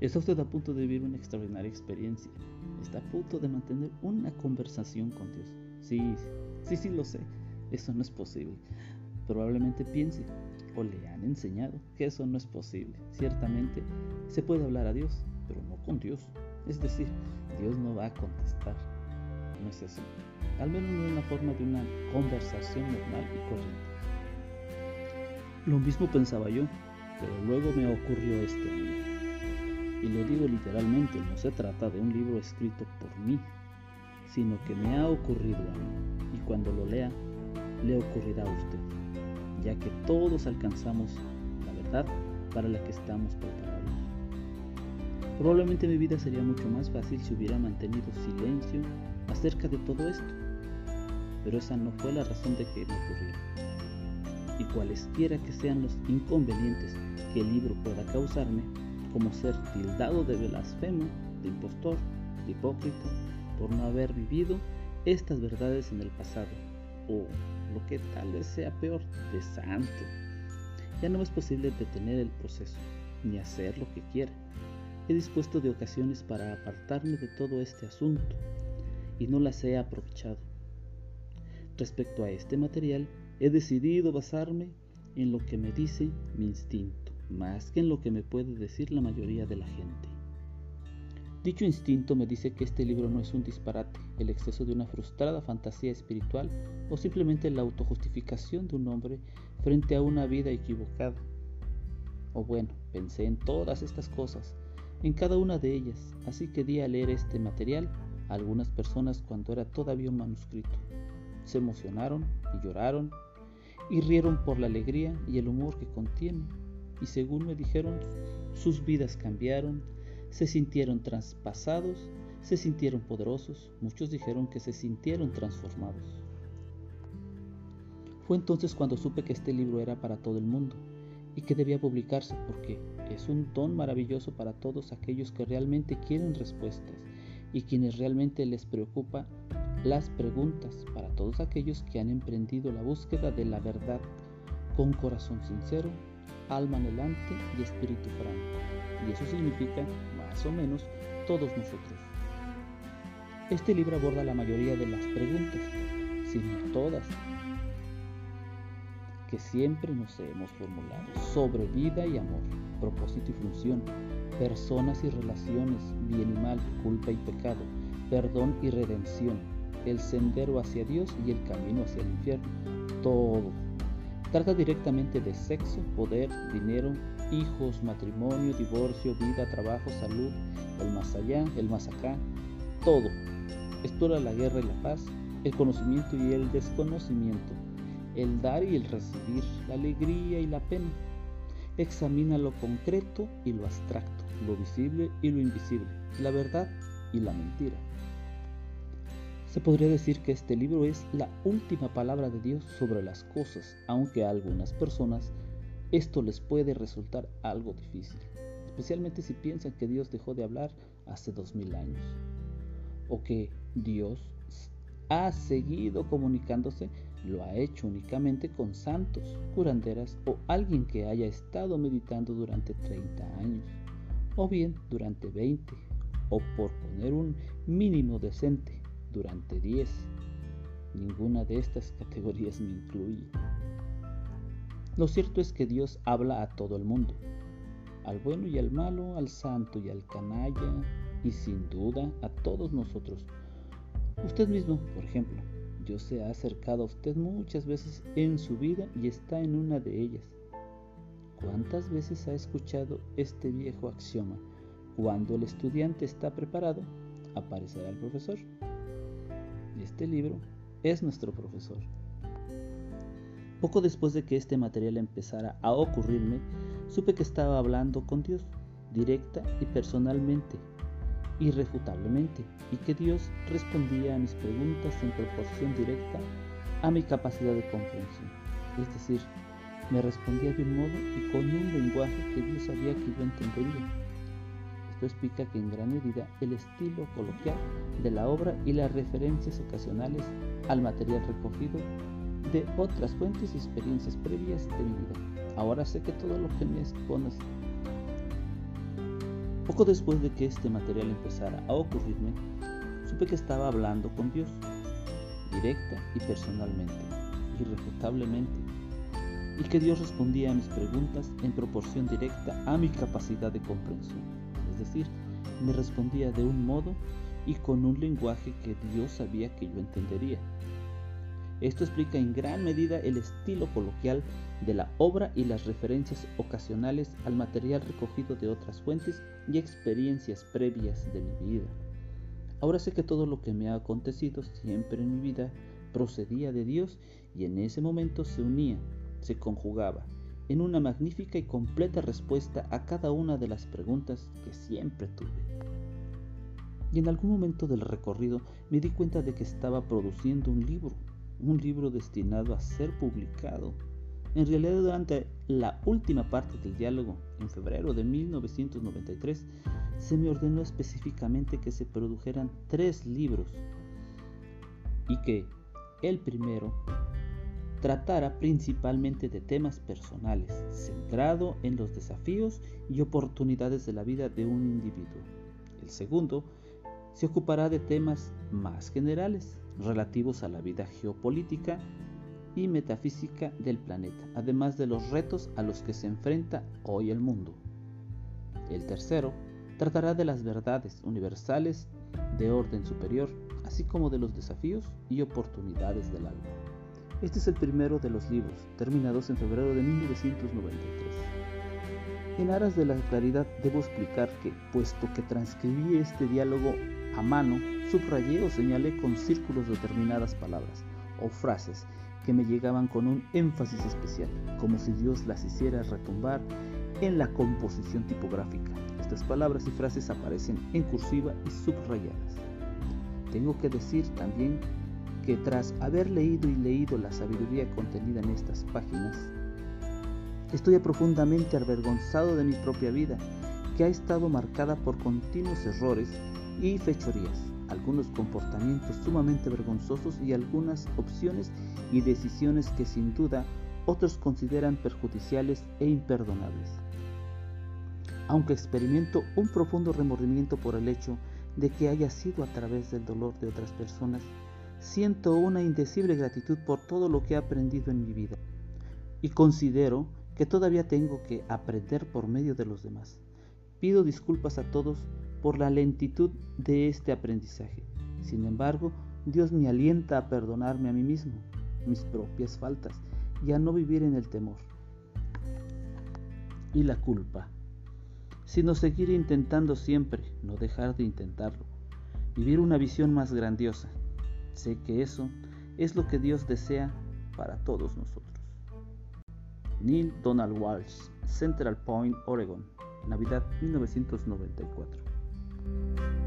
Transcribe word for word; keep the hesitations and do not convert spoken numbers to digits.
Está usted a punto de vivir una extraordinaria experiencia. Está a punto de mantener una conversación con Dios. Sí, sí, sí lo sé. Eso no es posible. Probablemente piense o le han enseñado que eso no es posible. Ciertamente se puede hablar a Dios, pero no con Dios. Es decir, Dios no va a contestar. No es eso. Al menos no en la forma de una conversación normal y corriente. Lo mismo pensaba yo, pero luego me ocurrió este año. Y lo digo literalmente, no se trata de un libro escrito por mí, sino que me ha ocurrido a mí. Y cuando lo lea, le ocurrirá a usted, ya que todos alcanzamos la verdad para la que estamos preparados. Probablemente mi vida sería mucho más fácil si hubiera mantenido silencio acerca de todo esto, pero esa no fue la razón de que me ocurriera. Y cualesquiera que sean los inconvenientes que el libro pueda causarme, como ser tildado de blasfemo, de impostor, de hipócrita, por no haber vivido estas verdades en el pasado, o lo que tal vez sea peor, de santo, ya no es posible detener el proceso, ni hacer lo que quiera. He dispuesto de ocasiones para apartarme de todo este asunto, y no las he aprovechado. Respecto a este material, he decidido basarme en lo que me dice mi instinto, más que en lo que me puede decir la mayoría de la gente. Dicho instinto me dice que este libro no es un disparate, el exceso de una frustrada fantasía espiritual o simplemente la autojustificación de un hombre frente a una vida equivocada. O bueno, pensé en todas estas cosas, en cada una de ellas, así que di a leer este material a algunas personas cuando era todavía un manuscrito. Se emocionaron y lloraron y rieron por la alegría y el humor que contiene, y según me dijeron, sus vidas cambiaron, se sintieron traspasados, se sintieron poderosos, muchos dijeron que se sintieron transformados. Fue entonces cuando supe que este libro era para todo el mundo y que debía publicarse porque es un don maravilloso para todos aquellos que realmente quieren respuestas y quienes realmente les preocupa las preguntas, para todos aquellos que han emprendido la búsqueda de la verdad con corazón sincero, alma anhelante y espíritu franco. Y eso significa, más o menos, todos nosotros. Este libro aborda la mayoría de las preguntas, si no todas, que siempre nos hemos formulado sobre vida y amor, propósito y función, personas y relaciones, bien y mal, culpa y pecado, perdón y redención, el sendero hacia Dios y el camino hacia el infierno. Todo trata directamente de sexo, poder, dinero, hijos, matrimonio, divorcio, vida, trabajo, salud, el más allá, el más acá, todo. Explora la guerra y la paz, el conocimiento y el desconocimiento, el dar y el recibir, la alegría y la pena. Examina lo concreto y lo abstracto, lo visible y lo invisible, la verdad y la mentira. Se podría decir que este libro es la última palabra de Dios sobre las cosas, aunque a algunas personas esto les puede resultar algo difícil, especialmente si piensan que Dios dejó de hablar hace dos mil años, o que Dios ha seguido comunicándose, lo ha hecho únicamente con santos, curanderas o alguien que haya estado meditando durante treinta años, o bien durante veinte, o por poner un mínimo decente, durante diez. Ninguna de estas categorías me incluye. Lo cierto es que Dios habla a todo el mundo, al bueno y al malo, al santo y al canalla, y sin duda a todos nosotros. Usted mismo, por ejemplo, Dios se ha acercado a usted muchas veces en su vida y está en una de ellas. ¿Cuántas veces ha escuchado este viejo axioma? Cuando el estudiante está preparado, aparecerá el profesor. Este libro es nuestro profesor. Poco después de que este material empezara a ocurrirme, supe que estaba hablando con Dios, directa y personalmente, irrefutablemente, y que Dios respondía a mis preguntas en proporción directa a mi capacidad de comprensión. Es decir, me respondía de un modo y con un lenguaje que Dios sabía que yo entendería. Esto explica que en gran medida el estilo coloquial de la obra y las referencias ocasionales al material recogido de otras fuentes y experiencias previas de mi vida. Ahora sé que todo lo que me expones Poco después de que este material empezara a ocurrirme, supe que estaba hablando con Dios, directa y personalmente, irrefutablemente, y que Dios respondía a mis preguntas en proporción directa a mi capacidad de comprensión. Es decir, me respondía de un modo y con un lenguaje que Dios sabía que yo entendería. Esto explica en gran medida el estilo coloquial de la obra y las referencias ocasionales al material recogido de otras fuentes y experiencias previas de mi vida. Ahora sé que todo lo que me ha acontecido siempre en mi vida procedía de Dios y en ese momento se unía, se conjugaba en una magnífica y completa respuesta a cada una de las preguntas que siempre tuve. Y en algún momento del recorrido me di cuenta de que estaba produciendo un libro, un libro destinado a ser publicado. En realidad, durante la última parte del diálogo, en febrero de mil novecientos noventa y tres, se me ordenó específicamente que se produjeran tres libros y que el primero tratara principalmente de temas personales, centrado en los desafíos y oportunidades de la vida de un individuo. El segundo se ocupará de temas más generales, relativos a la vida geopolítica y metafísica del planeta, además de los retos a los que se enfrenta hoy el mundo. El tercero tratará de las verdades universales de orden superior, así como de los desafíos y oportunidades del alma. Este es el primero de los libros, terminados en febrero de mil novecientos noventa y tres. En aras de la claridad debo explicar que, puesto que transcribí este diálogo a mano, subrayé o señalé con círculos determinadas palabras o frases que me llegaban con un énfasis especial, como si Dios las hiciera retumbar en la composición tipográfica. Estas palabras y frases aparecen en cursiva y subrayadas. Tengo que decir también que tras haber leído y leído la sabiduría contenida en estas páginas, estoy profundamente avergonzado de mi propia vida, que ha estado marcada por continuos errores y fechorías, algunos comportamientos sumamente vergonzosos y algunas opciones y decisiones que sin duda otros consideran perjudiciales e imperdonables. Aunque experimento un profundo remordimiento por el hecho de que haya sido a través del dolor de otras personas, siento una indecible gratitud por todo lo que he aprendido en mi vida y considero que todavía tengo que aprender por medio de los demás. Pido disculpas a todos por la lentitud de este aprendizaje. Sin embargo, Dios me alienta a perdonarme a mí mismo, mis propias faltas, y a no vivir en el temor y la culpa, sino seguir intentando siempre, no dejar de intentarlo, vivir una visión más grandiosa. Sé que eso es lo que Dios desea para todos nosotros. Neale Donald Walsch, Central Point, Oregon, Navidad mil novecientos noventa y cuatro.